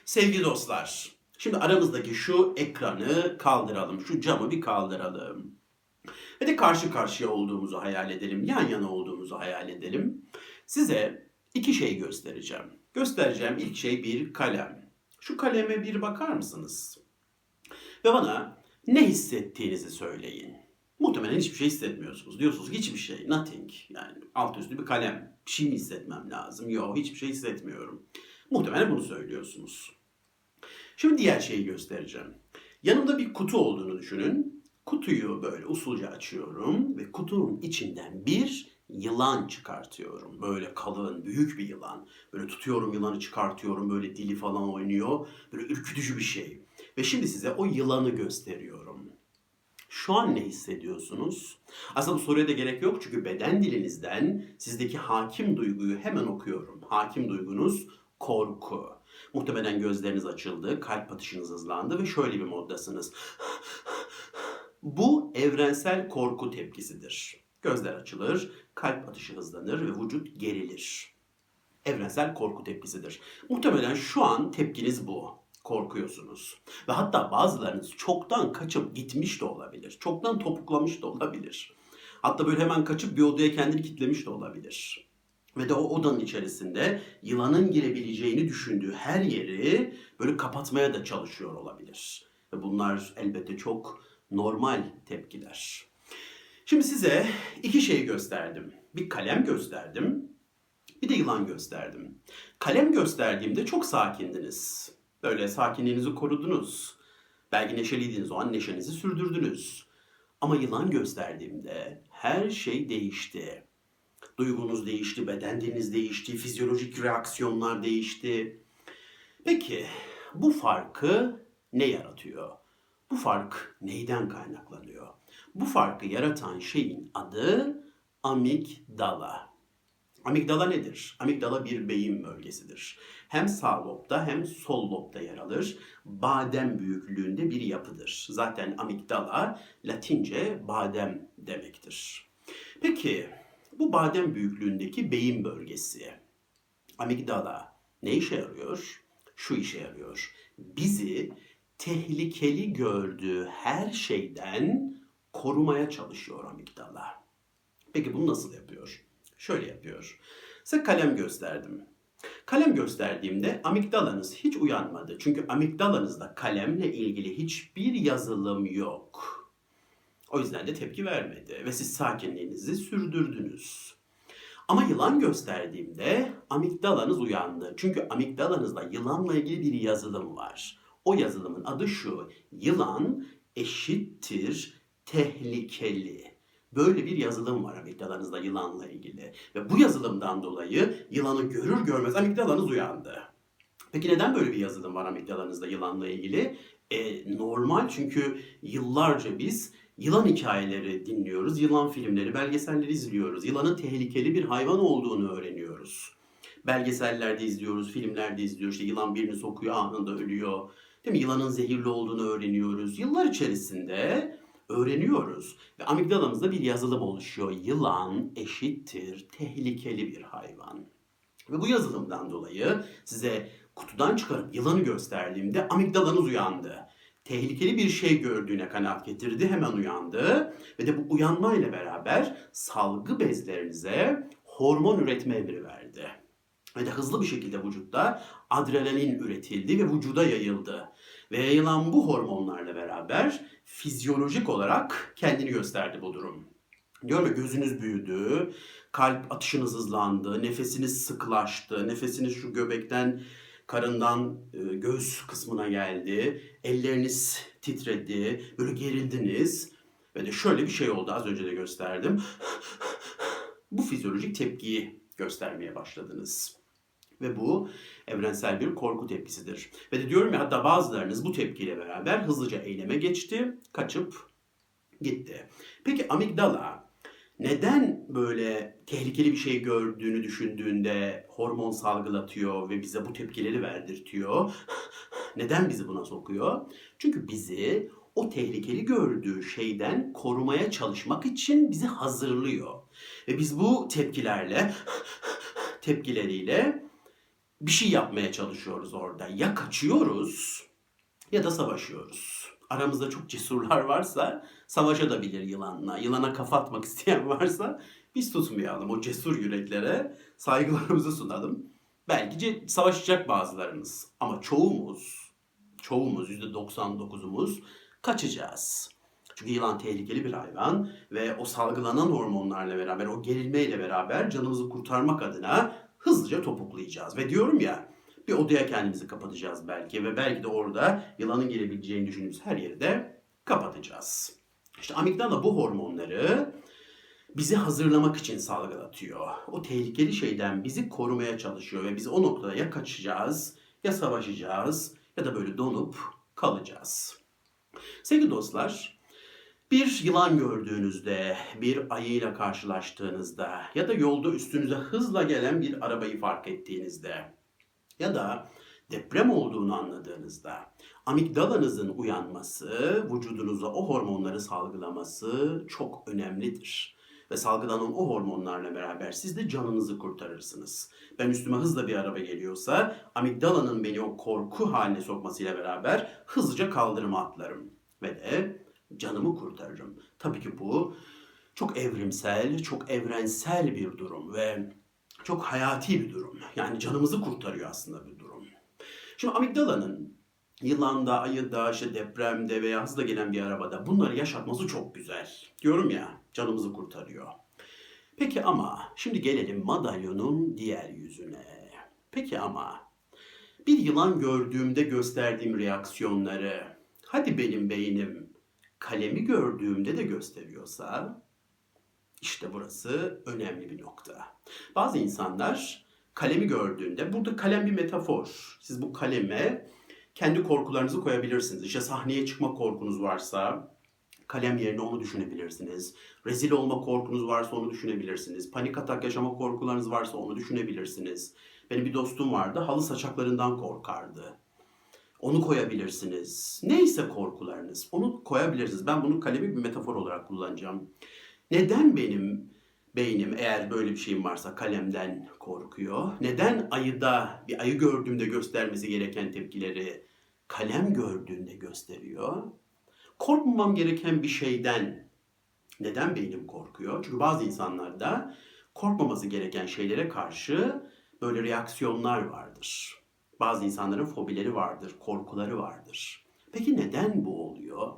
Sevgili dostlar, şimdi aramızdaki şu ekranı kaldıralım, şu camı bir kaldıralım. Ve de karşı karşıya olduğumuzu hayal edelim, yan yana olduğumuzu hayal edelim. Size iki şey göstereceğim. Göstereceğim ilk şey bir kalem. Şu kaleme bir bakar mısınız? Ve bana ne hissettiğinizi söyleyin. Muhtemelen hiçbir şey hissetmiyorsunuz. Diyorsunuz ki hiçbir şey, nothing. Yani alt üstü bir kalem. Bir şey mi hissetmem lazım? Yok, hiçbir şey hissetmiyorum. Muhtemelen bunu söylüyorsunuz. Şimdi diğer şeyi göstereceğim. Yanımda bir kutu olduğunu düşünün. Kutuyu böyle usulca açıyorum ve kutunun içinden bir yılan çıkartıyorum. Böyle kalın, büyük bir yılan. Böyle tutuyorum yılanı çıkartıyorum. Böyle dili falan oynuyor. Böyle ürkütücü bir şey. Ve şimdi size o yılanı gösteriyorum. Şu an ne hissediyorsunuz? Aslında bu soruya da gerek yok çünkü beden dilinizden sizdeki hakim duyguyu hemen okuyorum. Hakim duygunuz korku. Muhtemelen gözleriniz açıldı, kalp atışınız hızlandı ve şöyle bir moddasınız. Bu evrensel korku tepkisidir. Gözler açılır, kalp atışı hızlanır ve vücut gerilir. Evrensel korku tepkisidir. Muhtemelen şu an tepkiniz bu. Korkuyorsunuz. Ve hatta bazılarınız çoktan kaçıp gitmiş de olabilir. Çoktan topuklamış da olabilir. Hatta böyle hemen kaçıp bir odaya kendini kitlemiş de olabilir. Ve de o odanın içerisinde yılanın girebileceğini düşündüğü her yeri böyle kapatmaya da çalışıyor olabilir. Ve bunlar elbette çok normal tepkiler. Şimdi size iki şey gösterdim. Bir kalem gösterdim, bir de yılan gösterdim. Kalem gösterdiğimde çok sakindiniz. Böyle sakinliğinizi korudunuz. Belki neşeliydiniz, o an neşenizi sürdürdünüz. Ama yılan gösterdiğimde her şey değişti. Duygunuz değişti, beden diliniz değişti, fizyolojik reaksiyonlar değişti. Peki bu farkı ne yaratıyor? Bu fark neyden kaynaklanıyor? Bu farkı yaratan şeyin adı amigdala. Amigdala nedir? Amigdala bir beyin bölgesidir. Hem sağ lobda hem sol lobda yer alır. Badem büyüklüğünde bir yapıdır. Zaten amigdala Latince badem demektir. Peki bu badem büyüklüğündeki beyin bölgesi, amigdala ne işe yarıyor? Şu işe yarıyor. Bizi tehlikeli gördüğü her şeyden korumaya çalışıyor amigdala. Peki bunu nasıl yapıyor? Şöyle yapıyor. Size kalem gösterdim. Kalem gösterdiğimde amigdalanız hiç uyanmadı. Çünkü amigdalanızda kalemle ilgili hiçbir yazılım yok. O yüzden de tepki vermedi ve siz sakinliğinizi sürdürdünüz. Ama yılan gösterdiğimde amigdalanız uyandı. Çünkü amigdalanızda yılanla ilgili bir yazılım var. O yazılımın adı şu: yılan eşittir tehlikeli. Böyle bir yazılım var amigdalanızda yılanla ilgili. Ve bu yazılımdan dolayı yılanı görür görmez amigdalanız uyandı. Peki neden böyle bir yazılım var amigdalanızda yılanla ilgili? Normal, çünkü yıllarca biz yılan hikayeleri dinliyoruz, yılan filmleri, belgeselleri izliyoruz. Yılanın tehlikeli bir hayvan olduğunu öğreniyoruz. Belgesellerde izliyoruz, filmlerde izliyoruz. İşte yılan birini sokuyor, anında ölüyor. Değil mi? Yılanın zehirli olduğunu öğreniyoruz. Yıllar içerisinde öğreniyoruz. Ve amigdalamızda bir yazılım oluşuyor. Yılan eşittir tehlikeli bir hayvan. Ve bu yazılımdan dolayı size kutudan çıkarıp yılanı gösterdiğimde amigdalanız uyandı. Tehlikeli bir şey gördüğüne kanaat getirdi, hemen uyandı. Ve de bu uyanmayla beraber salgı bezlerinize hormon üretme emri verdi. Ve de hızlı bir şekilde vücutta adrenalin üretildi ve vücuda yayıldı. Ve yayılan bu hormonlarla beraber fizyolojik olarak kendini gösterdi bu durum. Diyorum ya, gözünüz büyüdü, kalp atışınız hızlandı, nefesiniz sıklaştı, nefesiniz şu göbekten, karından göğüs kısmına geldi, elleriniz titredi, böyle gerildiniz ve de şöyle bir şey oldu, az önce de gösterdim. Bu fizyolojik tepkiyi göstermeye başladınız. Ve bu evrensel bir korku tepkisidir. Ve de diyorum ya, hatta bazılarınız bu tepkiyle beraber hızlıca eyleme geçti, kaçıp gitti. Peki amigdala neden böyle tehlikeli bir şey gördüğünü düşündüğünde hormon salgılatıyor ve bize bu tepkileri verdirtiyor? Neden bizi buna sokuyor? Çünkü bizi o tehlikeli gördüğü şeyden korumaya çalışmak için bizi hazırlıyor. Ve biz bu tepkileriyle Bir şey yapmaya çalışıyoruz orada. Ya kaçıyoruz ya da savaşıyoruz. Aramızda çok cesurlar varsa savaşabilir yılanla. Yılana kafa atmak isteyen varsa biz tutmayalım. O cesur yüreklere saygılarımızı sunalım. Belki savaşacak bazılarımız ama çoğumuz %99'umuz kaçacağız. Çünkü yılan tehlikeli bir hayvan ve o salgılanan hormonlarla beraber, o gerilmeyle beraber canımızı kurtarmak adına hızlıca topuklayacağız. Ve diyorum ya, bir odaya kendimizi kapatacağız belki ve belki de orada yılanın gelebileceğini düşündüğümüz her yeri de kapatacağız. İşte amigdala bu hormonları bizi hazırlamak için salgılatıyor. O tehlikeli şeyden bizi korumaya çalışıyor ve biz o noktada ya kaçacağız, ya savaşacağız ya da böyle donup kalacağız. Sevgili dostlar, bir yılan gördüğünüzde, bir ayıyla karşılaştığınızda ya da yolda üstünüze hızla gelen bir arabayı fark ettiğinizde ya da deprem olduğunu anladığınızda amigdalanızın uyanması, vücudunuza o hormonları salgılaması çok önemlidir. Ve salgılanan o hormonlarla beraber siz de canınızı kurtarırsınız. Ben üstüme hızla bir araba geliyorsa amigdalanın beni o korku haline sokmasıyla beraber hızlıca kaldırıma atlarım. Ve de canımı kurtarırım. Tabii ki bu çok evrimsel, çok evrensel bir durum ve çok hayati bir durum. Yani canımızı kurtarıyor aslında bir durum. Şimdi amigdalanın yılanda, ayıda, işte depremde veya hızla gelen bir arabada bunları yaşatması çok güzel. Diyorum ya, canımızı kurtarıyor. Peki ama şimdi gelelim madalyonun diğer yüzüne. Peki ama bir yılan gördüğümde gösterdiğim reaksiyonları, hadi benim beynim kalemi gördüğümde de gösteriyorsa, işte burası önemli bir nokta. Bazı insanlar kalemi gördüğünde, burada kalem bir metafor. Siz bu kaleme kendi korkularınızı koyabilirsiniz. İşte sahneye çıkma korkunuz varsa kalem yerine onu düşünebilirsiniz. Rezil olma korkunuz varsa onu düşünebilirsiniz. Panik atak yaşama korkularınız varsa onu düşünebilirsiniz. Benim bir dostum vardı, halı saçaklarından korkardı. Onu koyabilirsiniz. Neyse korkularınız, onu koyabilirsiniz. Ben bunu kalemi bir metafor olarak kullanacağım. Neden benim beynim eğer böyle bir şeyim varsa kalemden korkuyor? Neden ayıda bir ayı gördüğümde göstermesi gereken tepkileri kalem gördüğünde gösteriyor? Korkmamam gereken bir şeyden neden beynim korkuyor? Çünkü bazı insanlarda korkmaması gereken şeylere karşı böyle reaksiyonlar vardır. Bazı insanların fobileri vardır, korkuları vardır. Peki neden bu oluyor?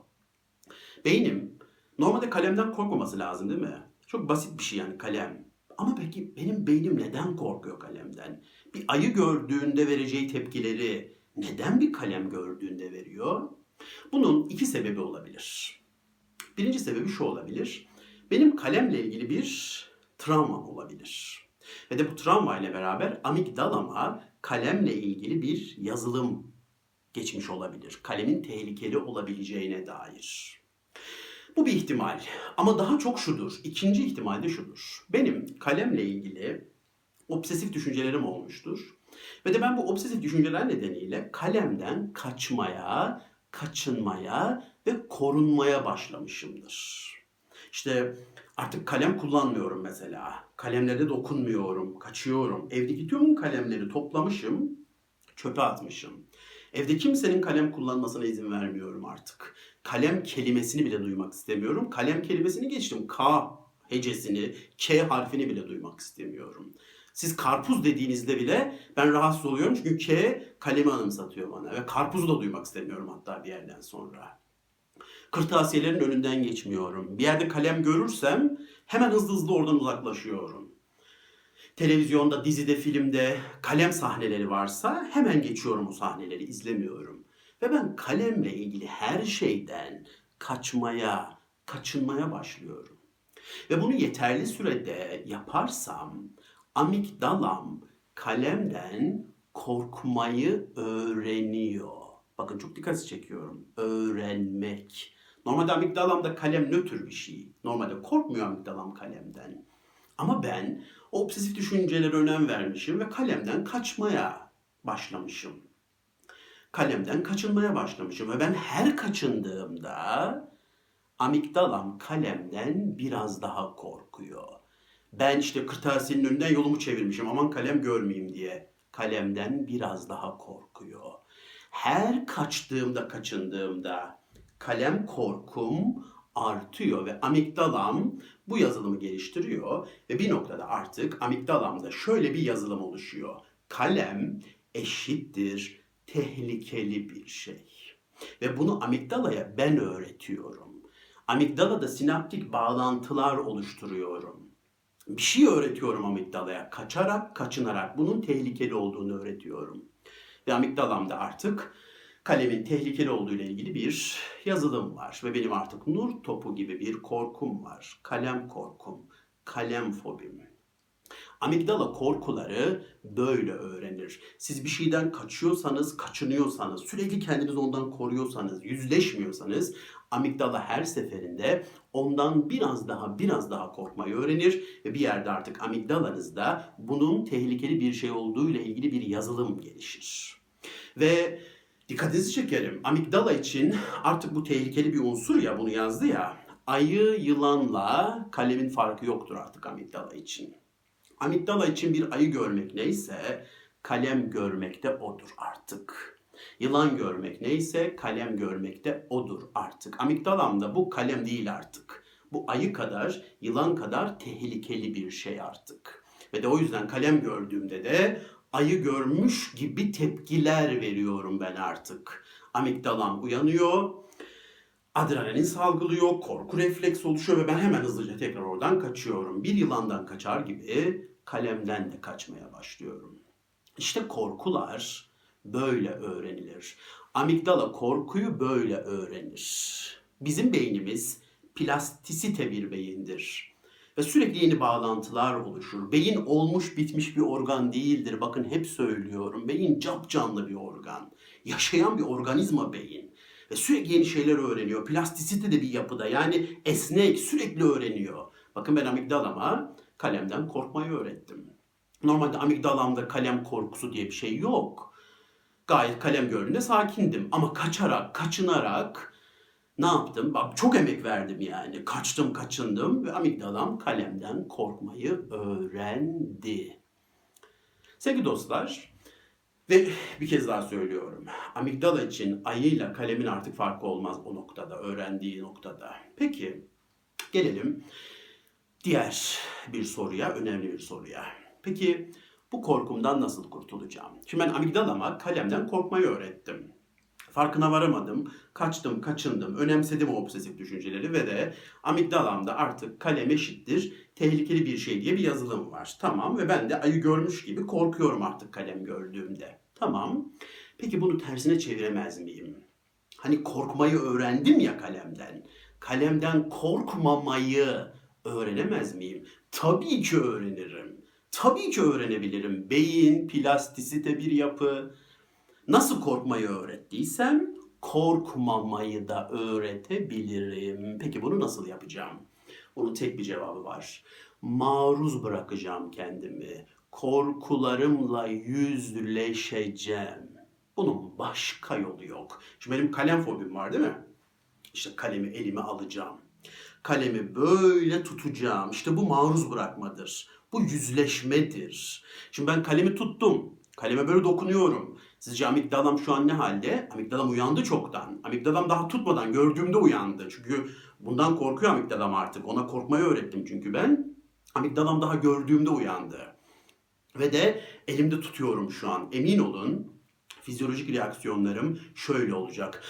Beynim normalde kalemden korkmaması lazım değil mi? Çok basit bir şey yani kalem. Ama peki benim beynim neden korkuyor kalemden? Bir ayı gördüğünde vereceği tepkileri neden bir kalem gördüğünde veriyor? Bunun iki sebebi olabilir. Birinci sebebi şu olabilir. Benim kalemle ilgili bir travmam olabilir. Ve de bu travma ile beraber amigdalama kalemle ilgili bir yazılım geçmiş olabilir. Kalemin tehlikeli olabileceğine dair. Bu bir ihtimal. Ama daha çok şudur. İkinci ihtimal de şudur. Benim kalemle ilgili obsesif düşüncelerim olmuştur. Ve de ben bu obsesif düşünceler nedeniyle kalemden kaçmaya, kaçınmaya ve korunmaya başlamışımdır. İşte artık kalem kullanmıyorum mesela. Kalemlere dokunmuyorum, kaçıyorum. Evdeki tüm kalemleri toplamışım, çöpe atmışım. Evde kimsenin kalem kullanmasına izin vermiyorum artık. Kalem kelimesini bile duymak istemiyorum. Kalem kelimesini geçtim. K hecesini, K harfini bile duymak istemiyorum. Siz karpuz dediğinizde bile ben rahatsız oluyorum çünkü K kalemi anımsatıyor bana ve karpuzu da duymak istemiyorum hatta bir yerden sonra. Kırtasiyelerin önünden geçmiyorum. Bir yerde kalem görürsem hemen hızlı hızlı oradan uzaklaşıyorum. Televizyonda, dizide, filmde kalem sahneleri varsa hemen geçiyorum o sahneleri, izlemiyorum. Ve ben kalemle ilgili her şeyden kaçmaya, kaçınmaya başlıyorum. Ve bunu yeterli sürede yaparsam amigdalam kalemden korkmayı öğreniyor. Bakın çok dikkat çekiyorum. Öğrenmek. Normalde amigdalamda kalem nötr bir şey. Normalde korkmuyor amigdalam kalemden. Ama ben o obsesif düşüncelere önem vermişim ve kalemden kaçmaya başlamışım. Kalemden kaçınmaya başlamışım ve ben her kaçındığımda amigdalam kalemden biraz daha korkuyor. Ben işte kırtasiyenin önünden yolumu çevirmişim aman kalem görmeyeyim diye. kalemden biraz daha korkuyor. Her kaçtığımda, kaçındığımda kalem korkum artıyor ve amigdalam bu yazılımı geliştiriyor ve bir noktada artık amigdalamda şöyle bir yazılım oluşuyor. Kalem eşittir tehlikeli bir şey. Ve bunu amigdalaya ben öğretiyorum. Amigdalada sinaptik bağlantılar oluşturuyorum. Bir şey öğretiyorum amigdalaya. Kaçarak, kaçınarak bunun tehlikeli olduğunu öğretiyorum. Ve amigdalamda artık kalemin tehlikeli olduğu ile ilgili bir yazılım var. Ve benim artık nur topu gibi bir korkum var. Kalem korkum, kalem fobim. Amigdala korkuları böyle öğrenir. Siz bir şeyden kaçıyorsanız, kaçınıyorsanız, sürekli kendinizi ondan koruyorsanız, yüzleşmiyorsanız amigdala her seferinde ondan biraz daha korkmayı öğrenir ve bir yerde artık amigdalanızda bunun tehlikeli bir şey olduğu ile ilgili bir yazılım gelişir. Ve dikkatinizi çekerim. Amigdala için artık bu tehlikeli bir unsur ya, bunu yazdı ya. Ayı yılanla kalemin farkı yoktur artık amigdala için. Amigdala için bir ayı görmek neyse kalem görmek de odur artık. Yılan görmek neyse kalem görmek de odur artık. Amigdalamda bu kalem değil artık. Bu ayı kadar, yılan kadar tehlikeli bir şey artık. Ve de o yüzden kalem gördüğümde de ayı görmüş gibi tepkiler veriyorum ben artık. Amigdalam uyanıyor, adrenalin salgılıyor, korku refleks oluşuyor ve ben hemen hızlıca tekrar oradan kaçıyorum. Bir yılandan kaçar gibi kalemden de kaçmaya başlıyorum. İşte korkular böyle öğrenilir. Amigdala korkuyu böyle öğrenir. Bizim beynimiz plastisite bir beyindir. Ve sürekli yeni bağlantılar oluşur. Beyin olmuş bitmiş bir organ değildir. Bakın hep söylüyorum. Beyin capcanlı bir organ. Yaşayan bir organizma beyin. Ve sürekli yeni şeyler öğreniyor. Plastisite de bir yapıda. Yani esnek, sürekli öğreniyor. Bakın ben amigdalama kalemden korkmayı öğrettim. Normalde amigdalamda kalem korkusu diye bir şey yok. Gayet kalem gördüğünde sakindim. Ama kaçarak, kaçınarak ne yaptım? Bak çok emek verdim yani. Kaçtım, kaçındım ve amigdalam kalemden korkmayı öğrendi. Sevgili dostlar, ve bir kez daha söylüyorum. Amigdala için ayıyla kalemin artık farkı olmaz o noktada, öğrendiği noktada. Peki, gelelim diğer bir soruya, önemli bir soruya. Peki, bu korkumdan nasıl kurtulacağım? Şimdi ben amigdalama kalemden korkmayı öğrettim. Farkına varamadım, kaçtım, kaçındım, önemsedim o obsesif düşünceleri ve de amigdalamda artık kalem eşittir tehlikeli bir şey diye bir yazılım var. Tamam ve ben de ayı görmüş gibi korkuyorum artık kalem gördüğümde. Tamam. Peki bunu tersine çeviremez miyim? Hani korkmayı öğrendim ya kalemden. Kalemden korkmamayı öğrenemez miyim? Tabii ki öğrenirim. Tabii ki öğrenebilirim. Beyin, plastisite bir yapı. Nasıl korkmayı öğrettiysem korkmamayı da öğretebilirim. Peki bunu nasıl yapacağım? Bunun tek bir cevabı var. Maruz bırakacağım kendimi. Korkularımla yüzleşeceğim. Bunun başka yolu yok. Şimdi benim kalem fobim var değil mi? İşte kalemi elime alacağım. Kalemi böyle tutacağım. İşte bu maruz bırakmadır. Bu yüzleşmedir. Şimdi ben kalemi tuttum. Kaleme böyle dokunuyorum. Sizce amigdalam şu an ne halde? Amigdalam uyandı çoktan. Amigdalam daha tutmadan gördüğümde uyandı. Çünkü bundan korkuyor amigdalam artık. Ona korkmayı öğrettim çünkü ben. Amigdalam daha gördüğümde uyandı. Ve de elimde tutuyorum şu an. Emin olun fizyolojik reaksiyonlarım şöyle olacak.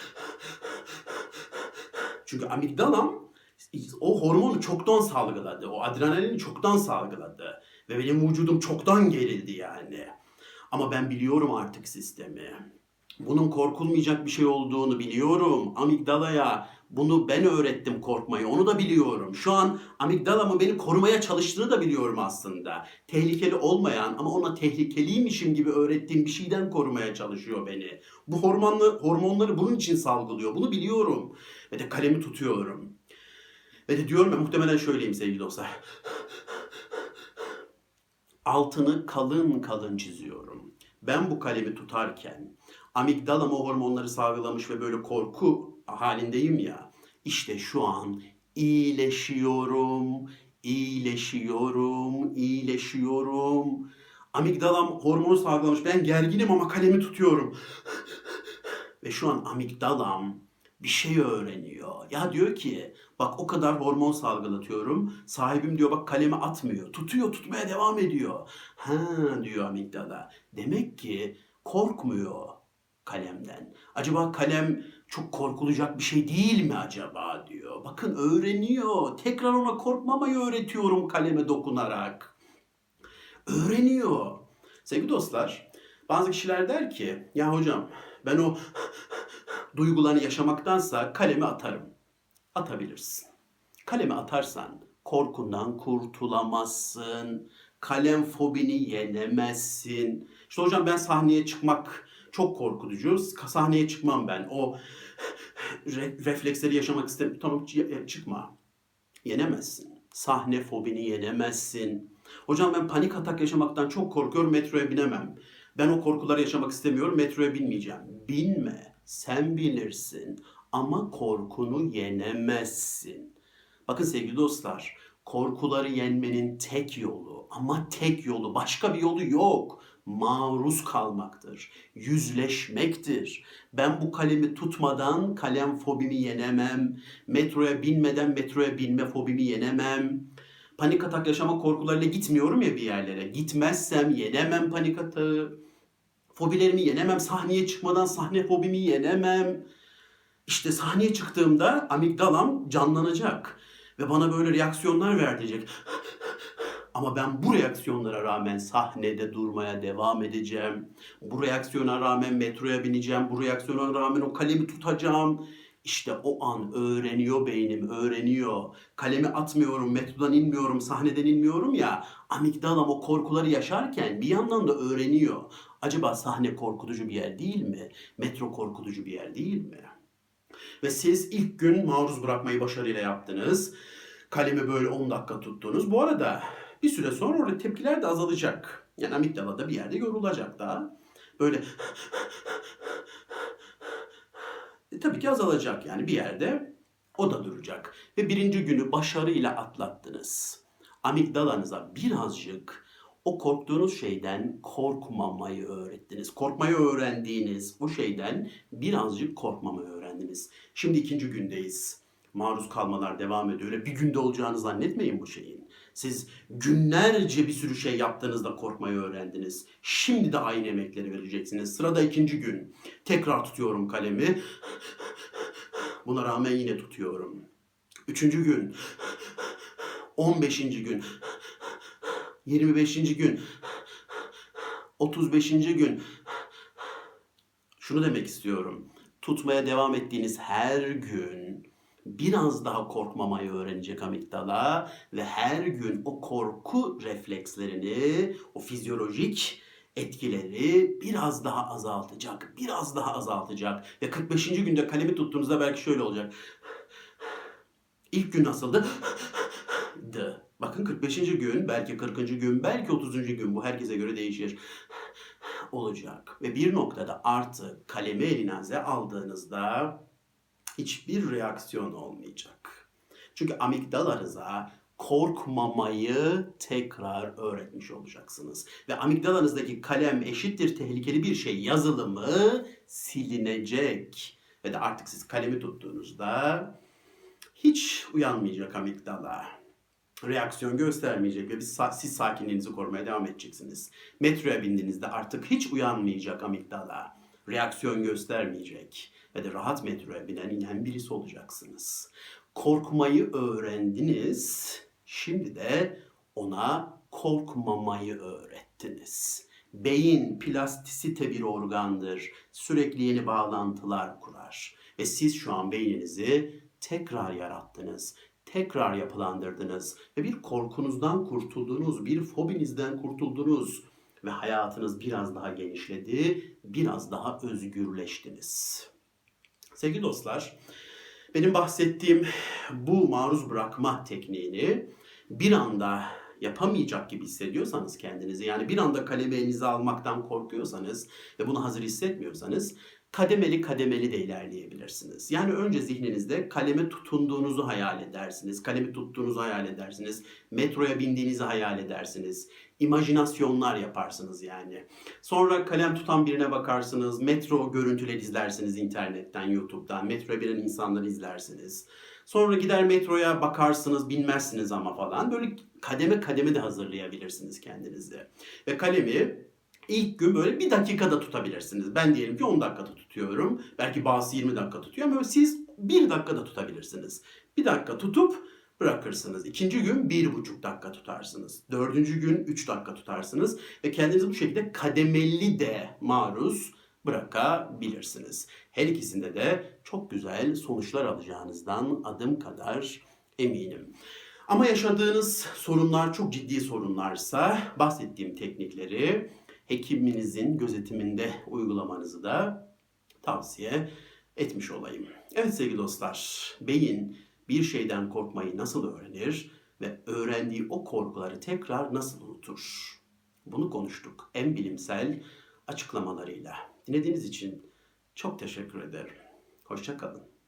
Çünkü amigdalam o hormonu çoktan salgıladı. O adrenalini çoktan salgıladı. Ve benim vücudum çoktan gerildi yani. Ama ben biliyorum artık sistemi. Bunun korkulmayacak bir şey olduğunu biliyorum. Amigdalaya bunu ben öğrettim korkmayı. Onu da biliyorum. Şu an amigdalamın beni korumaya çalıştığını da biliyorum aslında. Tehlikeli olmayan ama ona tehlikeliymişim gibi öğrettiğim bir şeyden korumaya çalışıyor beni. Bu hormonları bunun için salgılıyor. Bunu biliyorum. Ve de kalemi tutuyorum. Ve de diyorum ya muhtemelen şöyleyim sevgili dostlar. Altını kalın kalın çiziyorum. Ben bu kalemi tutarken amigdalam o hormonları salgılamış ve böyle korku halindeyim ya. İşte şu an iyileşiyorum, iyileşiyorum, iyileşiyorum. Amigdalam hormonu salgılamış. Ben gerginim ama kalemi tutuyorum. Ve şu an amigdalam bir şey öğreniyor. Ya diyor ki bak o kadar hormon salgılatıyorum. Sahibim diyor bak kalemi atmıyor. Tutuyor, tutmaya devam ediyor. Ha diyor amigdala. Demek ki korkmuyor kalemden. Acaba kalem çok korkulacak bir şey değil mi acaba diyor. Bakın öğreniyor. Tekrar ona korkmamayı öğretiyorum kaleme dokunarak. Öğreniyor. Sevgili dostlar, bazı kişiler der ki ya hocam ben o duygularını yaşamaktansa kalemi atarım. Atabilirsin. Kalemi atarsan korkundan kurtulamazsın. Kalem fobini yenemezsin. İşte hocam ben sahneye çıkmak çok korkutucu. Sahneye çıkmam ben. O refleksleri yaşamak istemiyorum. Tamam çıkma. Yenemezsin. Sahne fobini yenemezsin. Hocam ben panik atak yaşamaktan çok korkuyorum. Metroya binemem. Ben o korkuları yaşamak istemiyorum. Metroya binmeyeceğim. Binme. Sen bilirsin. Ama korkunu yenemezsin. Bakın sevgili dostlar, korkuları yenmenin tek yolu ama tek yolu, başka bir yolu yok. Maruz kalmaktır, yüzleşmektir. Ben bu kalemi tutmadan kalem fobimi yenemem. Metroya binmeden metroya binme fobimi yenemem. Panik atak yaşama korkularıyla gitmiyorum ya bir yerlere. Gitmezsem yenemem panik atağı. Fobilerimi yenemem. Sahneye çıkmadan sahne fobimi yenemem. İşte sahneye çıktığımda amigdalam canlanacak ve bana böyle reaksiyonlar verecek. Ama ben bu reaksiyonlara rağmen sahnede durmaya devam edeceğim. Bu reaksiyona rağmen metroya bineceğim. Bu reaksiyona rağmen o kalemi tutacağım. İşte o an öğreniyor beynim, öğreniyor. Kalemi atmıyorum, metrodan inmiyorum, sahneden inmiyorum ya. Amigdalam o korkuları yaşarken bir yandan da öğreniyor. Acaba sahne korkutucu bir yer değil mi? Metro korkutucu bir yer değil mi? Ve siz ilk gün maruz bırakmayı başarıyla yaptınız. Kalemi böyle 10 dakika tuttunuz. Bu arada bir süre sonra orada tepkiler de azalacak. Yani amigdala da bir yerde yorulacak daha. Böyle tabii ki azalacak yani bir yerde o da duracak. Ve birinci günü başarıyla atlattınız. Amigdalanıza birazcık o korktuğunuz şeyden korkmamayı öğrettiniz. Korkmayı öğrendiğiniz o şeyden birazcık korkmamayı öğrendiniz. Şimdi ikinci gündeyiz. Maruz kalmalar devam ediyor. Öyle bir günde olacağını zannetmeyin bu şeyin. Siz günlerce bir sürü şey yaptığınızda korkmayı öğrendiniz. Şimdi de aynı emekleri vereceksiniz. Sırada ikinci gün. Tekrar tutuyorum kalemi. Buna rağmen yine tutuyorum. Üçüncü gün. 15. gün. 25. gün. 35. gün. Şunu demek istiyorum. Tutmaya devam ettiğiniz her gün biraz daha korkmamayı öğrenecek amigdala ve her gün o korku reflekslerini, o fizyolojik etkileri biraz daha azaltacak, biraz daha azaltacak. Ve 45. günde kalemi tuttuğunuzda belki şöyle olacak. İlk gün nasıldı? Bakın 45. gün, belki 40. gün, belki 30. gün bu herkese göre değişir. Olacak. Ve bir noktada artık kalemi elinize aldığınızda hiçbir reaksiyon olmayacak. Çünkü amigdalanıza korkmamayı tekrar öğretmiş olacaksınız. Ve amigdalanızdaki kalem eşittir tehlikeli bir şey yazılımı silinecek. Ve de artık siz kalemi tuttuğunuzda hiç uyanmayacak amigdala. Reaksiyon göstermeyecek ve siz sakinliğinizi korumaya devam edeceksiniz. Metroya bindiğinizde artık hiç uyanmayacak amigdala. Reaksiyon göstermeyecek ve de rahat metroya inen birisi olacaksınız. Korkmayı öğrendiniz. Şimdi de ona korkmamayı öğrettiniz. Beyin plastisite bir organdır. Sürekli yeni bağlantılar kurar. Ve siz şu an beyninizi tekrar yarattınız. Tekrar yapılandırdınız ve bir korkunuzdan kurtuldunuz, bir fobinizden kurtuldunuz ve hayatınız biraz daha genişledi, biraz daha özgürleştiniz. Sevgili dostlar, benim bahsettiğim bu maruz bırakma tekniğini bir anda yapamayacak gibi hissediyorsanız kendinizi, yani bir anda kalemi elinize almaktan korkuyorsanız ve bunu hazır hissetmiyorsanız Kademeli kademeli de ilerleyebilirsiniz. Yani önce zihninizde kaleme tutunduğunuzu hayal edersiniz. Kalemi tuttuğunuzu hayal edersiniz. Metroya bindiğinizi hayal edersiniz. İmajinasyonlar yaparsınız yani. Sonra kalem tutan birine bakarsınız. Metro görüntüleri izlersiniz internetten, YouTube'dan. Metroya binen insanları izlersiniz. Sonra gider metroya bakarsınız, binmezsiniz ama falan. Böyle kademe kademe de hazırlayabilirsiniz kendinizi. Ve kalemi İlk gün böyle bir dakikada tutabilirsiniz. Ben diyelim ki 10 dakikada tutuyorum. Belki bazısı 20 dakika tutuyor ama siz 1 dakikada tutabilirsiniz. 1 dakika tutup bırakırsınız. İkinci gün 1,5 dakika tutarsınız. Dördüncü gün 3 dakika tutarsınız. Ve kendinizi bu şekilde kademeli de maruz bırakabilirsiniz. Her ikisinde de çok güzel sonuçlar alacağınızdan adım kadar eminim. Ama yaşadığınız sorunlar çok ciddi sorunlarsa bahsettiğim teknikleri hekiminizin gözetiminde uygulamanızı da tavsiye etmiş olayım. Evet sevgili dostlar, beyin bir şeyden korkmayı nasıl öğrenir ve öğrendiği o korkuları tekrar nasıl unutur? Bunu konuştuk en bilimsel açıklamalarıyla. Dinlediğiniz için çok teşekkür ederim. Hoşça kalın.